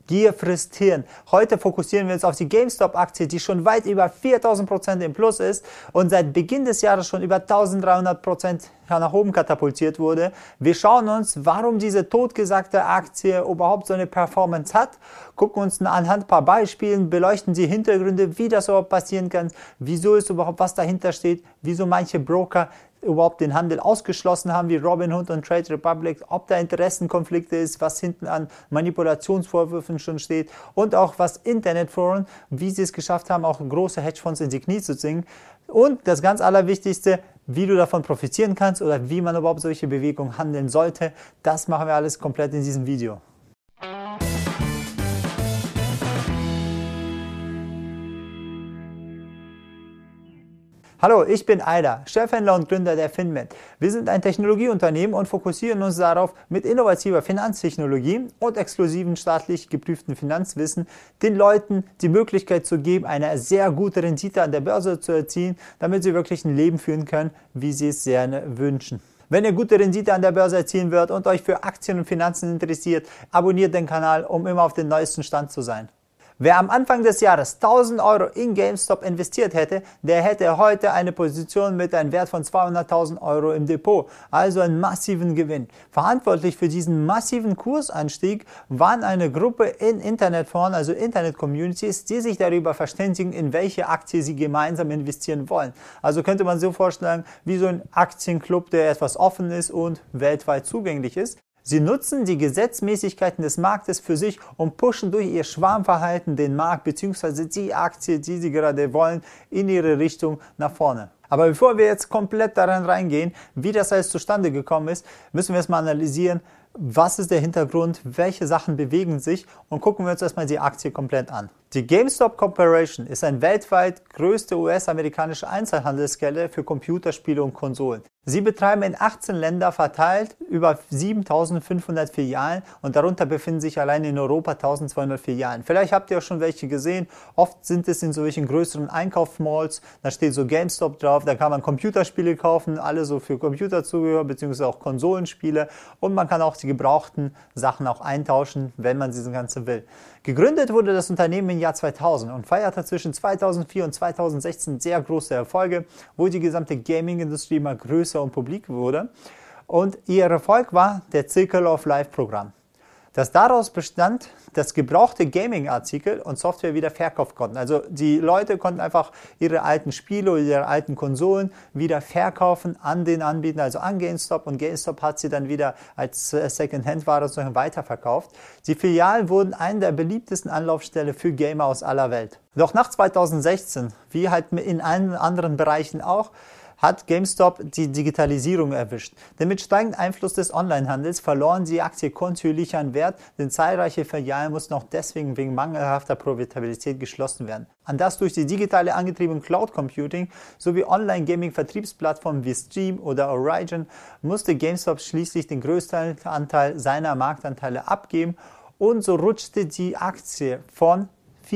Gier frisst Hirn. Heute fokussieren wir uns auf die GameStop-Aktie, die schon weit über 4000% im Plus ist und seit Beginn des Jahres schon über 1300% nach oben katapultiert wurde. Wir schauen uns, warum diese totgesagte Aktie überhaupt so eine Performance hat, gucken uns anhand ein paar Beispielen, beleuchten die Hintergründe, wie das überhaupt passieren kann, wieso ist überhaupt was dahinter steht, wieso manche Broker überhaupt den Handel ausgeschlossen haben, wie Robinhood und Trade Republic, ob da Interessenkonflikte ist, was hinten an Manipulationsvorwürfen schon steht und auch was Internetforen, wie sie es geschafft haben, auch große Hedgefonds in die Knie zu zwingen. Und das ganz Allerwichtigste, wie du davon profitieren kannst oder wie man überhaupt solche Bewegungen handeln sollte, das machen wir alles komplett in diesem Video. Hallo, ich bin Aida, Chefhändler und Gründer der Finmed. Wir sind ein Technologieunternehmen und fokussieren uns darauf, mit innovativer Finanztechnologie und exklusiven staatlich geprüften Finanzwissen den Leuten die Möglichkeit zu geben, eine sehr gute Rendite an der Börse zu erzielen, damit sie wirklich ein Leben führen können, wie sie es gerne wünschen. Wenn ihr gute Rendite an der Börse erzielen wollt und euch für Aktien und Finanzen interessiert, abonniert den Kanal, um immer auf dem neuesten Stand zu sein. Wer am Anfang des Jahres 1000 Euro in GameStop investiert hätte, der hätte heute eine Position mit einem Wert von 200.000 Euro im Depot, also einen massiven Gewinn. Verantwortlich für diesen massiven Kursanstieg waren eine Gruppe in Internetforen, also Internet-Communities, die sich darüber verständigen, in welche Aktie sie gemeinsam investieren wollen. Also könnte man so vorstellen, wie so ein Aktienclub, der etwas offen ist und weltweit zugänglich ist. Sie nutzen die Gesetzmäßigkeiten des Marktes für sich und pushen durch ihr Schwarmverhalten den Markt bzw. die Aktie, die sie gerade wollen, in ihre Richtung nach vorne. Aber bevor wir jetzt komplett daran reingehen, wie das alles zustande gekommen ist, müssen wir erstmal analysieren, was ist der Hintergrund, welche Sachen bewegen sich und gucken wir uns erstmal die Aktie komplett an. Die GameStop Corporation ist eine weltweit größte US-amerikanische Einzelhandelskette für Computerspiele und Konsolen. Sie betreiben in 18 Ländern verteilt über 7500 Filialen und darunter befinden sich allein in Europa 1200 Filialen. Vielleicht habt ihr auch schon welche gesehen. Oft sind es in solchen größeren Einkaufsmalls. Da steht so GameStop drauf. Da kann man Computerspiele kaufen, alle so für Computerzubehör bzw. auch Konsolenspiele. Und man kann auch die gebrauchten Sachen auch eintauschen, wenn man diese Ganze will. Gegründet wurde das Unternehmen im Jahr 2000 und feierte zwischen 2004 und 2016 sehr große Erfolge, wo die gesamte Gaming-Industrie immer größer und publik wurde. Und ihr Erfolg war der Circle of Life Programm, das daraus bestand, dass gebrauchte Gaming-Artikel und Software wieder verkauft konnten. Also die Leute konnten einfach ihre alten Spiele oder ihre alten Konsolen wieder verkaufen an den Anbieter, also an GameStop. Und GameStop hat sie dann wieder als Second-Hand-Ware weiterverkauft. Die Filialen wurden eine der beliebtesten Anlaufstellen für Gamer aus aller Welt. Doch nach 2016, wie halt in allen anderen Bereichen auch, hat GameStop die Digitalisierung erwischt. Denn mit steigendem Einfluss des Onlinehandels verloren die Aktie kontinuierlich an Wert, denn zahlreiche Filialen mussten auch deswegen wegen mangelhafter Profitabilität geschlossen werden. An das durch die digitale angetriebene Cloud Computing sowie Online-Gaming-Vertriebsplattformen wie Steam oder Origin musste GameStop schließlich den größten Anteil seiner Marktanteile abgeben und so rutschte die Aktie von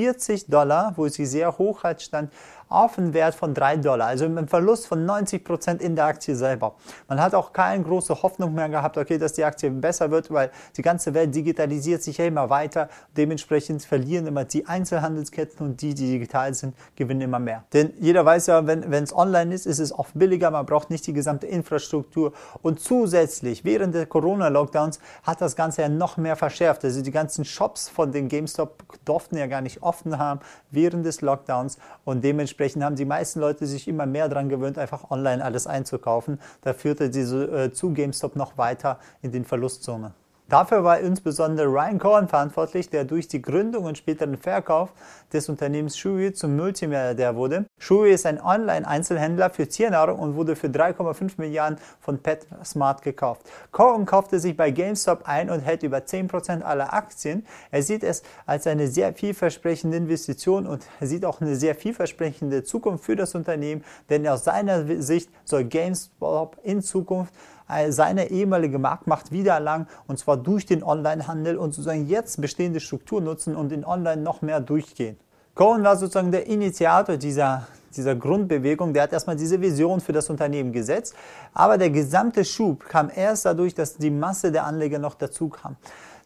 $40, wo sie sehr hoch halt stand, auf einen Wert von $3, also einen Verlust von 90% in der Aktie selber. Man hat auch keine große Hoffnung mehr gehabt, okay, dass die Aktie besser wird, weil die ganze Welt digitalisiert sich ja immer weiter. Dementsprechend verlieren immer die Einzelhandelsketten und die digital sind, gewinnen immer mehr. Denn jeder weiß ja, wenn es online ist, ist es oft billiger, man braucht nicht die gesamte Infrastruktur und zusätzlich während der Corona-Lockdowns hat das Ganze ja noch mehr verschärft. Also die ganzen Shops von den GameStop durften ja gar nicht offen haben während des Lockdowns und dementsprechend haben die meisten Leute sich immer mehr daran gewöhnt, einfach online alles einzukaufen. Da führte diese zu GameStop noch weiter in den Verlustzone. Dafür war insbesondere Ryan Cohen verantwortlich, der durch die Gründung und späteren Verkauf des Unternehmens Chewy zum Multimilliardär wurde. Chewy ist ein Online-Einzelhändler für Tiernahrung und wurde für 3,5 Milliarden von PetSmart gekauft. Cohen kaufte sich bei GameStop ein und hält über 10% aller Aktien. Er sieht es als eine sehr vielversprechende Investition und er sieht auch eine sehr vielversprechende Zukunft für das Unternehmen, denn aus seiner Sicht soll GameStop in Zukunft seine ehemalige Marktmacht wiedererlangen und zwar durch den Onlinehandel und sozusagen jetzt bestehende Strukturen nutzen und in Online noch mehr durchgehen. Cohen war sozusagen der Initiator dieser Grundbewegung, der hat erstmal diese Vision für das Unternehmen gesetzt, aber der gesamte Schub kam erst dadurch, dass die Masse der Anleger noch dazu kam.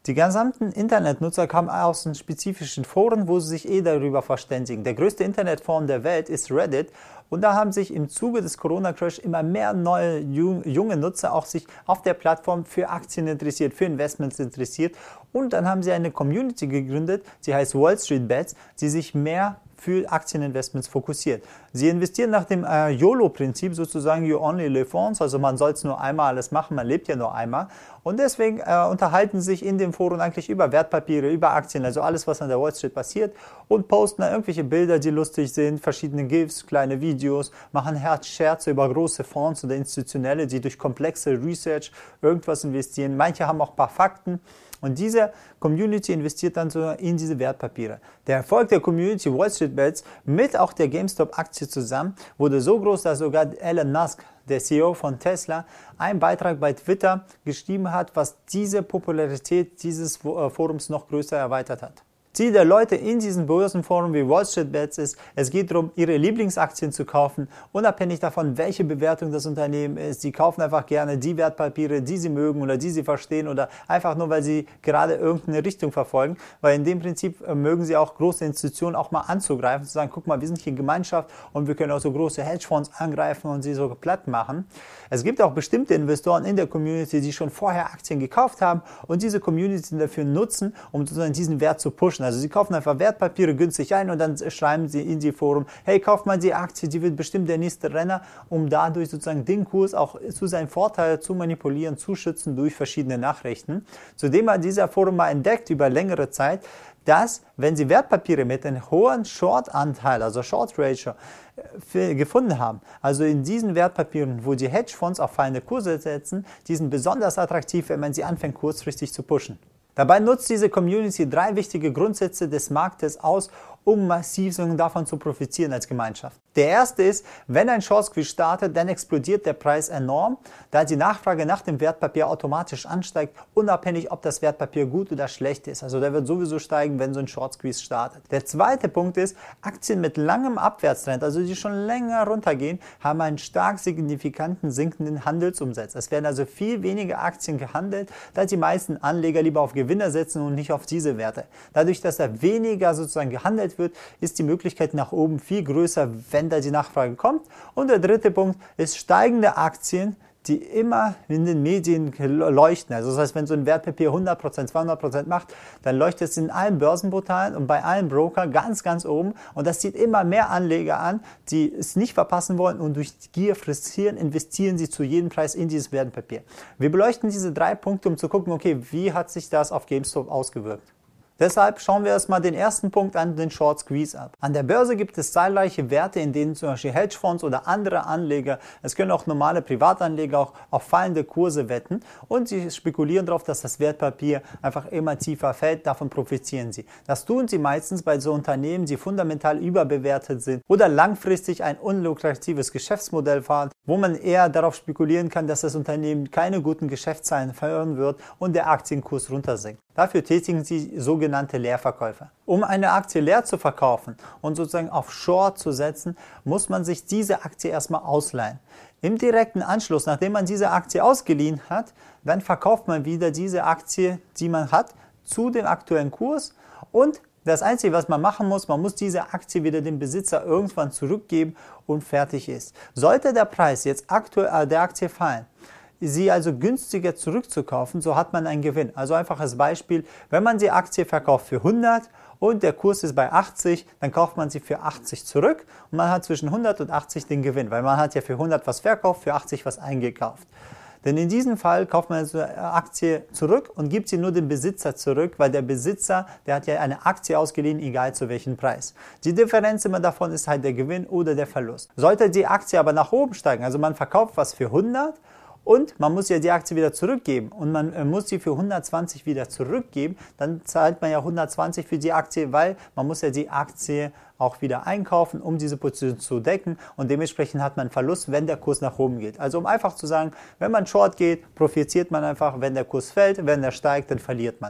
Die gesamten Internetnutzer kommen aus den spezifischen Foren, wo sie sich darüber verständigen. Der größte Internetforum der Welt ist Reddit und da haben sich im Zuge des Corona-Crash immer mehr neue junge Nutzer auch sich auf der Plattform für Aktien interessiert, für Investments interessiert und dann haben sie eine Community gegründet, sie heißt Wall Street Bets, die sich mehr für Aktieninvestments fokussiert. Sie investieren nach dem YOLO-Prinzip, sozusagen You Only Live Once, also man soll es nur einmal alles machen, man lebt ja nur einmal. Und deswegen unterhalten sie sich in dem Forum eigentlich über Wertpapiere, über Aktien, also alles, was an der Wall Street passiert und posten da irgendwelche Bilder, die lustig sind, verschiedene GIFs, kleine Videos, machen Scherze über große Fonds oder Institutionelle, die durch komplexe Research irgendwas investieren. Manche haben auch ein paar Fakten. Und diese Community investiert dann so in diese Wertpapiere. Der Erfolg der Community Wall Street Bets mit auch der GameStop-Aktie zusammen wurde so groß, dass sogar Elon Musk, der CEO von Tesla, einen Beitrag bei Twitter geschrieben hat, was diese Popularität dieses Forums noch größer erweitert hat. Ziel der Leute in diesen Börsenforen wie Wall Street Bets ist, es geht darum, ihre Lieblingsaktien zu kaufen, unabhängig davon, welche Bewertung das Unternehmen ist. Sie kaufen einfach gerne die Wertpapiere, die sie mögen oder die sie verstehen oder einfach nur, weil sie gerade irgendeine Richtung verfolgen, weil in dem Prinzip mögen sie auch große Institutionen auch mal anzugreifen, zu sagen, guck mal, wir sind hier in Gemeinschaft und wir können auch so große Hedgefonds angreifen und sie so platt machen. Es gibt auch bestimmte Investoren in der Community, die schon vorher Aktien gekauft haben und diese Community dafür nutzen, um sozusagen diesen Wert zu pushen. Also sie kaufen einfach Wertpapiere günstig ein und dann schreiben sie in die Forum, hey, kauft mal die Aktie, die wird bestimmt der nächste Renner, um dadurch sozusagen den Kurs auch zu seinem Vorteil zu manipulieren, zu schützen durch verschiedene Nachrichten. Zudem hat dieser Forum mal entdeckt über längere Zeit, dass, wenn sie Wertpapiere mit einem hohen Short-Anteil, also Short-Ratio, gefunden haben, also in diesen Wertpapieren, wo die Hedgefonds auf fallende Kurse setzen, die sind besonders attraktiv, wenn man sie anfängt, kurzfristig zu pushen. Dabei nutzt diese Community 3 wichtige Grundsätze des Marktes aus, um massiv davon zu profitieren als Gemeinschaft. Der erste ist, wenn ein Short Squeeze startet, dann explodiert der Preis enorm, da die Nachfrage nach dem Wertpapier automatisch ansteigt, unabhängig, ob das Wertpapier gut oder schlecht ist. Also der wird sowieso steigen, wenn so ein Short Squeeze startet. Der zweite Punkt ist, Aktien mit langem Abwärtstrend, also die schon länger runtergehen, haben einen stark signifikanten sinkenden Handelsumsatz. Es werden also viel weniger Aktien gehandelt, da die meisten Anleger lieber auf Gewinner setzen und nicht auf diese Werte. Dadurch, dass da weniger sozusagen gehandelt wird, ist die Möglichkeit nach oben viel größer, wenn da die Nachfrage kommt. Und der dritte Punkt ist steigende Aktien, die immer in den Medien leuchten. Also das heißt, wenn so ein Wertpapier 100%, 200% macht, dann leuchtet es in allen Börsenportalen und bei allen Brokern ganz, ganz oben. Und das zieht immer mehr Anleger an, die es nicht verpassen wollen und durch Gier frustrieren, investieren sie zu jedem Preis in dieses Wertpapier. Wir beleuchten diese 3 Punkte, um zu gucken, okay, wie hat sich das auf GameStop ausgewirkt. Deshalb schauen wir erstmal den ersten Punkt an, den Short Squeeze ab. An der Börse gibt es zahlreiche Werte, in denen zum Beispiel Hedgefonds oder andere Anleger, es können auch normale Privatanleger auch auf fallende Kurse wetten und sie spekulieren darauf, dass das Wertpapier einfach immer tiefer fällt, davon profitieren sie. Das tun sie meistens bei so Unternehmen, die fundamental überbewertet sind oder langfristig ein unlukratives Geschäftsmodell fahren, wo man eher darauf spekulieren kann, dass das Unternehmen keine guten Geschäftszahlen führen wird und der Aktienkurs runtersinkt. Dafür tätigen sie sogenannte Leerverkäufe. Um eine Aktie leer zu verkaufen und sozusagen auf Short zu setzen, muss man sich diese Aktie erstmal ausleihen. Im direkten Anschluss, nachdem man diese Aktie ausgeliehen hat, dann verkauft man wieder diese Aktie, die man hat, zu dem aktuellen Kurs und das Einzige, was man machen muss, man muss diese Aktie wieder dem Besitzer irgendwann zurückgeben und fertig ist. Sollte der Preis jetzt aktuell der Aktie fallen, sie also günstiger zurückzukaufen, so hat man einen Gewinn. Also einfaches Beispiel, wenn man die Aktie verkauft für 100 und der Kurs ist bei 80, dann kauft man sie für 80 zurück und man hat zwischen 100 und 80 den Gewinn, weil man hat ja für 100 was verkauft, für 80 was eingekauft. Denn in diesem Fall kauft man also eine Aktie zurück und gibt sie nur dem Besitzer zurück, weil der Besitzer, der hat ja eine Aktie ausgeliehen, egal zu welchem Preis. Die Differenz immer davon ist halt der Gewinn oder der Verlust. Sollte die Aktie aber nach oben steigen, also man verkauft was für 100, und man muss ja die Aktie wieder zurückgeben und man muss sie für 120 wieder zurückgeben, dann zahlt man ja 120 für die Aktie, weil man muss ja die Aktie auch wieder einkaufen, um diese Position zu decken und dementsprechend hat man Verlust, wenn der Kurs nach oben geht. Also um einfach zu sagen, wenn man Short geht, profitiert man einfach, wenn der Kurs fällt, wenn der steigt, dann verliert man.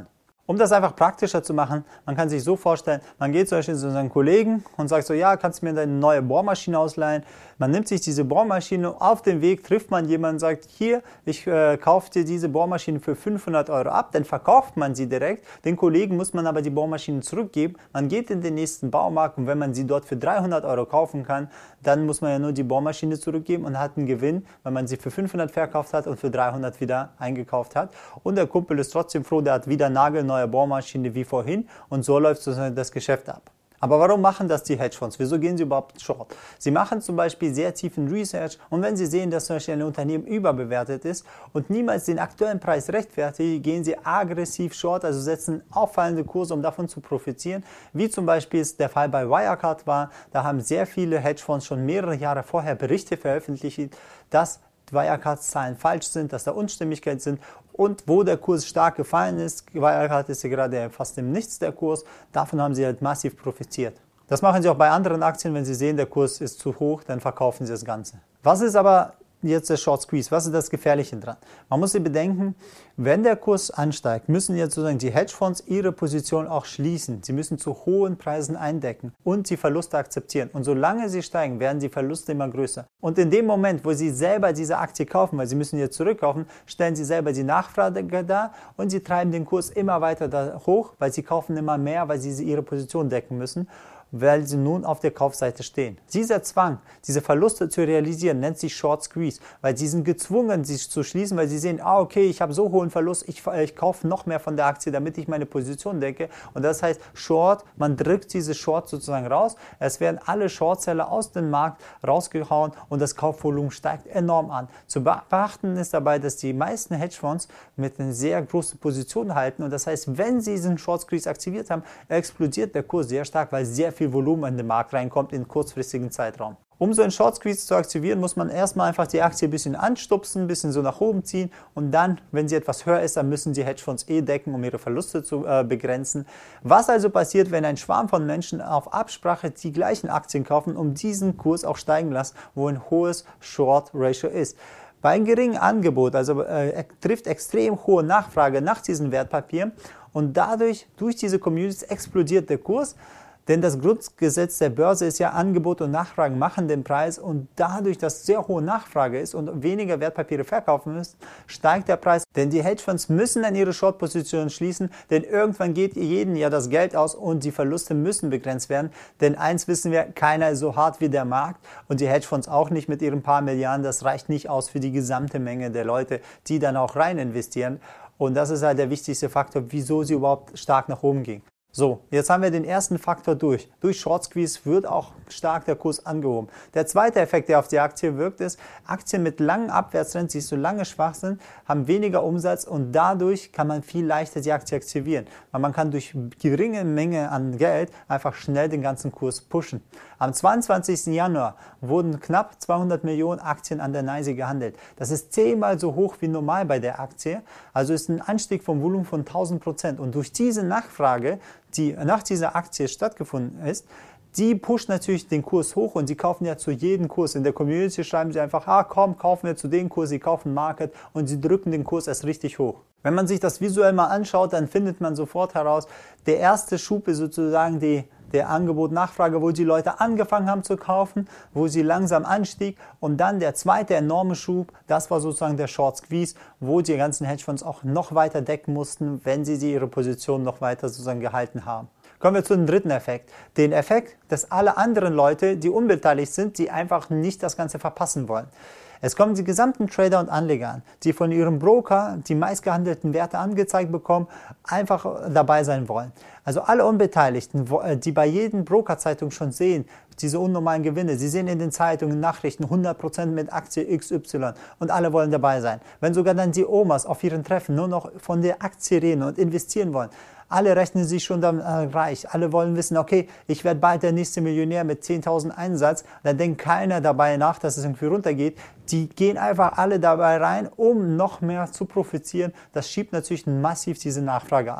Um das einfach praktischer zu machen, man kann sich so vorstellen, man geht zum Beispiel zu seinen Kollegen und sagt so, ja, kannst du mir deine neue Bohrmaschine ausleihen? Man nimmt sich diese Bohrmaschine, auf dem Weg trifft man jemanden und sagt, hier, ich kaufe dir diese Bohrmaschine für 500 Euro ab, dann verkauft man sie direkt. Den Kollegen muss man aber die Bohrmaschine zurückgeben. Man geht in den nächsten Baumarkt und wenn man sie dort für 300 Euro kaufen kann, dann muss man ja nur die Bohrmaschine zurückgeben und hat einen Gewinn, weil man sie für 500 verkauft hat und für 300 wieder eingekauft hat. Und der Kumpel ist trotzdem froh, der hat wieder nagelneue Bohrmaschine wie vorhin und so läuft sozusagen das Geschäft ab. Aber warum machen das die Hedgefonds? Wieso gehen sie überhaupt short? Sie machen zum Beispiel sehr tiefen Research und wenn sie sehen, dass zum Beispiel ein Unternehmen überbewertet ist und niemals den aktuellen Preis rechtfertigt, gehen sie aggressiv short, also setzen auffallende Kurse, um davon zu profitieren, wie zum Beispiel es der Fall bei Wirecard war. Da haben sehr viele Hedgefonds schon mehrere Jahre vorher Berichte veröffentlicht, dass Wirecards Zahlen falsch sind, dass da Unstimmigkeiten sind und wo der Kurs stark gefallen ist. Wirecard ist ja gerade fast im Nichts der Kurs, davon haben sie halt massiv profitiert. Das machen sie auch bei anderen Aktien, wenn sie sehen, der Kurs ist zu hoch, dann verkaufen sie das Ganze. Was ist aber jetzt der Short Squeeze? Was ist das Gefährliche dran? Man muss sich bedenken, wenn der Kurs ansteigt, müssen jetzt sozusagen die Hedgefonds ihre Position auch schließen. Sie müssen zu hohen Preisen eindecken und die Verluste akzeptieren. Und solange sie steigen, werden die Verluste immer größer. Und in dem Moment, wo sie selber diese Aktie kaufen, weil sie müssen jetzt zurückkaufen, stellen sie selber die Nachfrage dar und sie treiben den Kurs immer weiter da hoch, weil sie kaufen immer mehr, weil sie ihre Position decken müssen, weil sie nun auf der Kaufseite stehen. Dieser Zwang, diese Verluste zu realisieren, nennt sich Short Squeeze, weil sie sind gezwungen, sich zu schließen, weil sie sehen, okay, ich habe so hohen Verlust, ich kaufe noch mehr von der Aktie, damit ich meine Position decke. Und das heißt, Short, man drückt diese Short sozusagen raus, es werden alle Shortseller aus dem Markt rausgehauen und das Kaufvolumen steigt enorm an. Zu beachten ist dabei, dass die meisten Hedgefonds mit einer sehr großen Position halten und das heißt, wenn sie diesen Short Squeeze aktiviert haben, explodiert der Kurs sehr stark, weil sehr viel Volumen in den Markt reinkommt in kurzfristigen Zeitraum. Um so einen Short Squeeze zu aktivieren, muss man erstmal einfach die Aktie ein bisschen anstupsen, ein bisschen so nach oben ziehen und dann, wenn sie etwas höher ist, dann müssen die Hedgefonds decken, um ihre Verluste zu begrenzen. Was also passiert, wenn ein Schwarm von Menschen auf Absprache die gleichen Aktien kaufen, um diesen Kurs auch steigen lassen, wo ein hohes Short Ratio ist? Bei einem geringen Angebot, also trifft extrem hohe Nachfrage nach diesen Wertpapieren und dadurch, durch diese Communities explodiert der Kurs. Denn das Grundgesetz der Börse ist ja, Angebot und Nachfrage machen den Preis und dadurch, dass sehr hohe Nachfrage ist und weniger Wertpapiere verkaufen müssen, steigt der Preis. Denn die Hedgefonds müssen dann ihre Short-Positionen schließen, denn irgendwann geht jedem ja das Geld aus und die Verluste müssen begrenzt werden. Denn eins wissen wir, keiner ist so hart wie der Markt und die Hedgefonds auch nicht mit ihren paar Milliarden. Das reicht nicht aus für die gesamte Menge der Leute, die dann auch rein investieren. Und das ist halt der wichtigste Faktor, wieso sie überhaupt stark nach oben gehen. So, jetzt haben wir den ersten Faktor durch. Durch Short Squeeze wird auch stark der Kurs angehoben. Der zweite Effekt, der auf die Aktie wirkt, ist, Aktien mit langen Abwärtstrends, die so lange schwach sind, haben weniger Umsatz und dadurch kann man viel leichter die Aktie aktivieren. Weil man kann durch geringe Menge an Geld einfach schnell den ganzen Kurs pushen. Am 22. Januar wurden knapp 200 Millionen Aktien an der NYSE gehandelt. Das ist 10-mal so hoch wie normal bei der Aktie. Also ist ein Anstieg vom Volumen von 1000%. Und durch diese Nachfrage, die nach dieser Aktie stattgefunden ist, die pusht natürlich den Kurs hoch und sie kaufen ja zu jedem Kurs. In der Community schreiben sie einfach, komm, kaufen wir zu dem Kurs, sie kaufen Market und sie drücken den Kurs erst richtig hoch. Wenn man sich das visuell mal anschaut, dann findet man sofort heraus, der erste Schub ist sozusagen der Angebot-Nachfrage, wo die Leute angefangen haben zu kaufen, wo sie langsam anstieg und dann der zweite enorme Schub, das war sozusagen der Short Squeeze, wo die ganzen Hedgefonds auch noch weiter decken mussten, wenn sie ihre Position noch weiter sozusagen gehalten haben. Kommen wir zu dem dritten Effekt. Den Effekt, dass alle anderen Leute, die unbeteiligt sind, die einfach nicht das Ganze verpassen wollen. Es kommen die gesamten Trader und Anleger an, die von ihrem Broker die meistgehandelten Werte angezeigt bekommen, einfach dabei sein wollen. Also alle Unbeteiligten, die bei jedem Brokerzeitung schon sehen, diese unnormalen Gewinne, sie sehen in den Zeitungen, Nachrichten 100% mit Aktie XY und alle wollen dabei sein. Wenn sogar dann die Omas auf ihren Treffen nur noch von der Aktie reden und investieren wollen, alle rechnen sich schon dann reich. Alle wollen wissen, okay, ich werde bald der nächste Millionär mit 10.000 Einsatz. Dann denkt keiner dabei nach, dass es irgendwie runtergeht. Die gehen einfach alle dabei rein, um noch mehr zu profitieren. Das schiebt natürlich massiv diese Nachfrage an.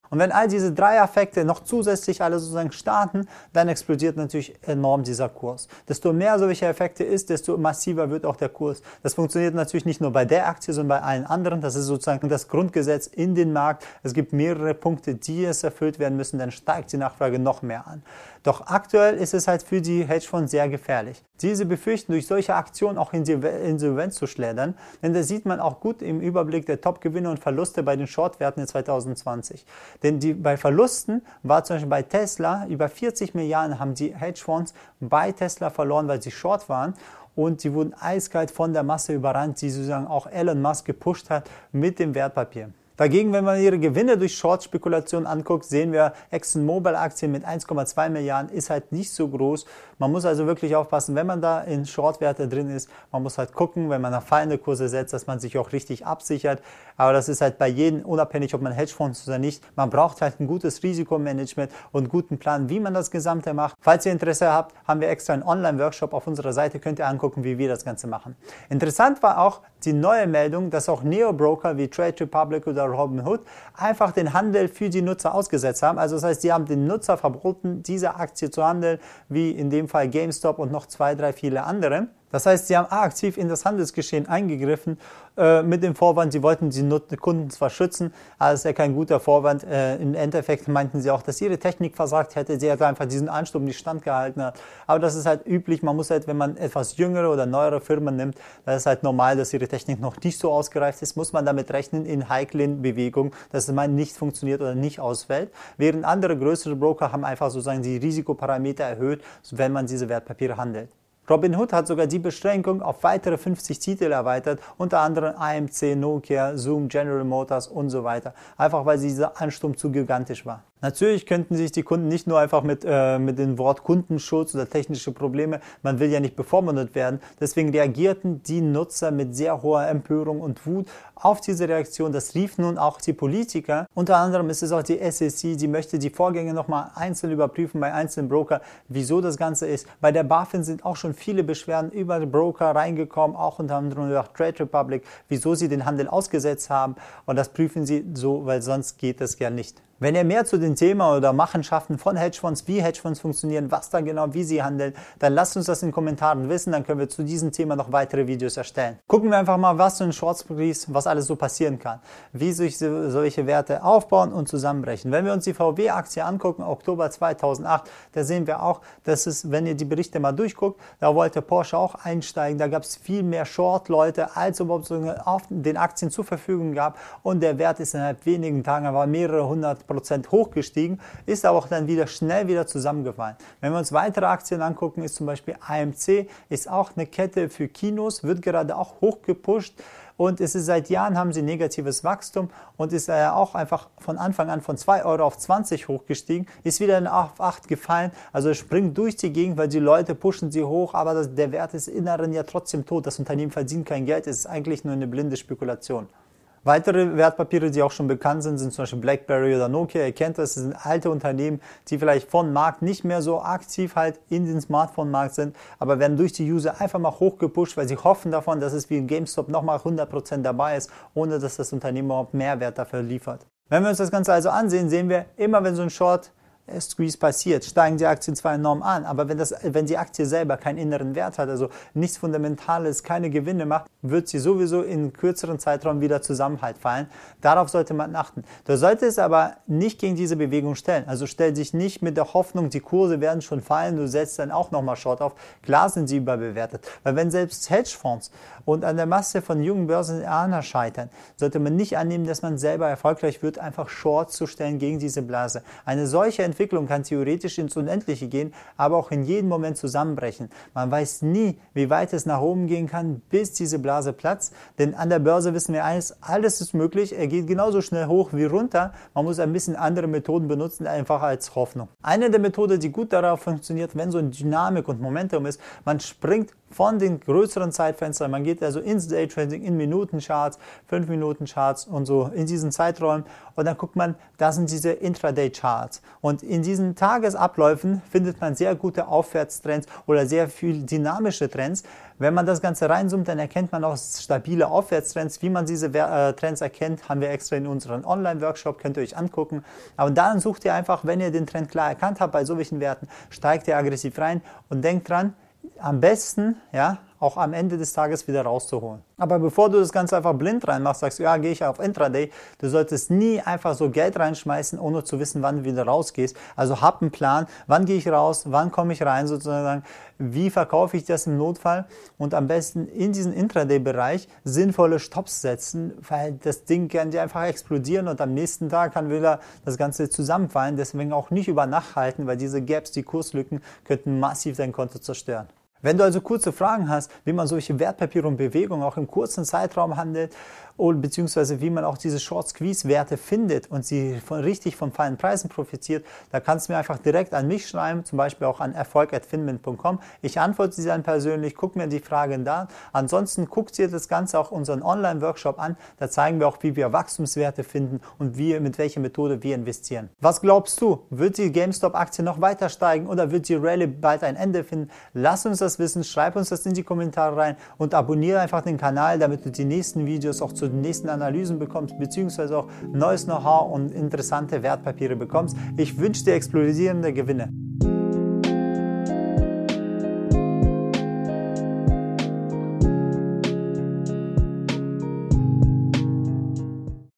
Und wenn all diese drei Effekte noch zusätzlich alle sozusagen starten, dann explodiert natürlich enorm dieser Kurs. Desto mehr solche Effekte ist, desto massiver wird auch der Kurs. Das funktioniert natürlich nicht nur bei der Aktie, sondern bei allen anderen. Das ist sozusagen das Grundgesetz in den Markt. Es gibt mehrere Punkte, die es erfüllt werden müssen, dann steigt die Nachfrage noch mehr an. Doch aktuell ist es halt für die Hedgefonds sehr gefährlich. Diese befürchten, durch solche Aktionen auch Insolvenz zu schlittern, denn das sieht man auch gut im Überblick der Top-Gewinne und Verluste bei den Shortwerten in 2020. Denn bei Verlusten war zum Beispiel bei Tesla über 40 Milliarden haben die Hedgefonds bei Tesla verloren, weil sie short waren. Und sie wurden eiskalt von der Masse überrannt, die sozusagen auch Elon Musk gepusht hat mit dem Wertpapier. Dagegen, wenn man ihre Gewinne durch Short-Spekulation anguckt, sehen wir, ExxonMobil-Aktien mit 1,2 Milliarden ist halt nicht so groß. Man muss also wirklich aufpassen, wenn man da in Short-Werte drin ist. Man muss halt gucken, wenn man auf fallende Kurse setzt, dass man sich auch richtig absichert. Aber das ist halt bei jedem, unabhängig, ob man Hedgefonds oder nicht. Man braucht halt ein gutes Risikomanagement und einen guten Plan, wie man das Gesamte macht. Falls ihr Interesse habt, haben wir extra einen Online-Workshop auf unserer Seite. Könnt ihr angucken, wie wir das Ganze machen. Interessant war auch die neue Meldung, dass auch Neo-Broker wie Trade Republic oder Robinhood einfach den Handel für die Nutzer ausgesetzt haben. Also das heißt, sie haben den Nutzer verboten, diese Aktie zu handeln, wie in dem Fall GameStop und noch 2, 3, viele andere. Das heißt, sie haben aktiv in das Handelsgeschehen eingegriffen mit dem Vorwand, sie wollten die Kunden zwar schützen, aber es ist ja kein guter Vorwand. Im Endeffekt meinten sie auch, dass ihre Technik versagt hätte, sie hätte einfach diesen Ansturm nicht standgehalten hat. Aber das ist halt üblich, man muss halt, wenn man etwas jüngere oder neuere Firmen nimmt, dann ist halt normal, dass ihre Technik noch nicht so ausgereift ist, muss man damit rechnen in heiklen Bewegungen, dass es mal nicht funktioniert oder nicht ausfällt. Während andere größere Broker haben einfach sozusagen die Risikoparameter erhöht, wenn man diese Wertpapiere handelt. Robinhood hat sogar die Beschränkung auf weitere 50 Titel erweitert, unter anderem AMC, Nokia, Zoom, General Motors und so weiter. Einfach weil dieser Ansturm zu gigantisch war. Natürlich könnten sich die Kunden nicht nur einfach mit dem Wort Kundenschutz oder technische Probleme, man will ja nicht bevormundet werden, deswegen reagierten die Nutzer mit sehr hoher Empörung und Wut auf diese Reaktion. Das rief nun auch die Politiker. Unter anderem ist es auch die SEC, die möchte die Vorgänge nochmal einzeln überprüfen bei einzelnen Broker, wieso das Ganze ist. Bei der BaFin sind auch schon viele Beschwerden über Broker reingekommen, auch unter anderem durch Trade Republic, wieso sie den Handel ausgesetzt haben, und das prüfen sie so, weil sonst geht das ja nicht. Wenn ihr mehr zu dem Thema oder Machenschaften von Hedgefonds, wie Hedgefonds funktionieren, was da genau, wie sie handeln, dann lasst uns das in den Kommentaren wissen, dann können wir zu diesem Thema noch weitere Videos erstellen. Gucken wir einfach mal, was so ein Short Squeeze, was alles so passieren kann, wie sich solche Werte aufbauen und zusammenbrechen. Wenn wir uns die VW-Aktie angucken, Oktober 2008, da sehen wir auch, dass es, wenn ihr die Berichte mal durchguckt, da wollte Porsche auch einsteigen, da gab es viel mehr Short-Leute, als überhaupt so auf den Aktien zur Verfügung gab, und der Wert ist innerhalb wenigen Tagen, aber mehrere 100% hochgestiegen, ist aber auch dann wieder schnell wieder zusammengefallen. Wenn wir uns weitere Aktien angucken, ist zum Beispiel AMC, ist auch eine Kette für Kinos, wird gerade auch hochgepusht, und es ist seit Jahren, haben sie negatives Wachstum, und ist auch einfach von Anfang an von 2 Euro auf 20 hochgestiegen, ist wieder auf 8 gefallen, also es springt durch die Gegend, weil die Leute pushen sie hoch, aber der Wert ist inneren ja trotzdem tot, das Unternehmen verdient kein Geld, es ist eigentlich nur eine blinde Spekulation. Weitere Wertpapiere, die auch schon bekannt sind, sind zum Beispiel BlackBerry oder Nokia. Ihr kennt das sind alte Unternehmen, die vielleicht von Markt nicht mehr so aktiv halt in den Smartphone-Markt sind, aber werden durch die User einfach mal hochgepusht, weil sie hoffen davon, dass es wie in GameStop nochmal 100% dabei ist, ohne dass das Unternehmen überhaupt Mehrwert dafür liefert. Wenn wir uns das Ganze also ansehen, sehen wir, immer wenn so ein Short Squeeze passiert, steigen die Aktien zwar enorm an, aber wenn die Aktie selber keinen inneren Wert hat, also nichts Fundamentales, keine Gewinne macht, wird sie sowieso in kürzeren Zeitraum wieder zusammen halt fallen. Darauf sollte man achten. Du solltest aber nicht gegen diese Bewegung stellen. Also stell dich nicht mit der Hoffnung, die Kurse werden schon fallen, du setzt dann auch nochmal Short auf. Klar sind sie überbewertet, weil wenn selbst Hedgefonds und an der Masse von jungen Börsianern scheitern, sollte man nicht annehmen, dass man selber erfolgreich wird, einfach Short zu stellen gegen diese Blase. Eine solche Entwicklung kann theoretisch ins Unendliche gehen, aber auch in jedem Moment zusammenbrechen. Man weiß nie, wie weit es nach oben gehen kann, bis diese Blase platzt, denn an der Börse wissen wir eines, alles ist möglich, er geht genauso schnell hoch wie runter, man muss ein bisschen andere Methoden benutzen, einfach als Hoffnung. Eine der Methoden, die gut darauf funktioniert, wenn so eine Dynamik und Momentum ist, man springt von den größeren Zeitfenstern. Man geht also ins Daytrading, in Minutencharts, 5-Minuten-Charts und so in diesen Zeiträumen. Und dann guckt man, da sind diese Intraday-Charts. Und in diesen Tagesabläufen findet man sehr gute Aufwärtstrends oder sehr viel dynamische Trends. Wenn man das Ganze reinzoomt, dann erkennt man auch stabile Aufwärtstrends. Wie man diese Trends erkennt, haben wir extra in unserem Online-Workshop, könnt ihr euch angucken. Aber dann sucht ihr einfach, wenn ihr den Trend klar erkannt habt bei so welchen Werten, steigt ihr aggressiv rein und denkt dran, am besten, ja, auch am Ende des Tages wieder rauszuholen. Aber bevor du das Ganze einfach blind reinmachst, sagst du, ja, gehe ich auf Intraday, du solltest nie einfach so Geld reinschmeißen, ohne zu wissen, wann du wieder rausgehst. Also hab einen Plan, wann gehe ich raus, wann komme ich rein sozusagen, wie verkaufe ich das im Notfall und am besten in diesen Intraday-Bereich sinnvolle Stops setzen, weil das Ding kann dir einfach explodieren und am nächsten Tag kann wieder das Ganze zusammenfallen. Deswegen auch nicht über Nacht halten, weil diese Gaps, die Kurslücken, könnten massiv dein Konto zerstören. Wenn du also kurze Fragen hast, wie man solche Wertpapiere und Bewegungen auch im kurzen Zeitraum handelt, beziehungsweise wie man auch diese Short-Squeeze-Werte findet und sie richtig von fallenden Preisen profitiert, da kannst du mir einfach direkt an mich schreiben, zum Beispiel auch an erfolg@finment.com. Ich antworte sie dann persönlich, guck mir die Fragen da. Ansonsten guckt dir das Ganze auch unseren Online-Workshop an. Da zeigen wir auch, wie wir Wachstumswerte finden und mit welcher Methode wir investieren. Was glaubst du? Wird die GameStop-Aktie noch weiter steigen oder wird die Rallye bald ein Ende finden? Lass uns das wissen, schreib uns das in die Kommentare rein und abonniere einfach den Kanal, damit du die nächsten Videos auch zu den nächsten Analysen bekommst, beziehungsweise auch neues Know-how und interessante Wertpapiere bekommst. Ich wünsche dir explodierende Gewinne.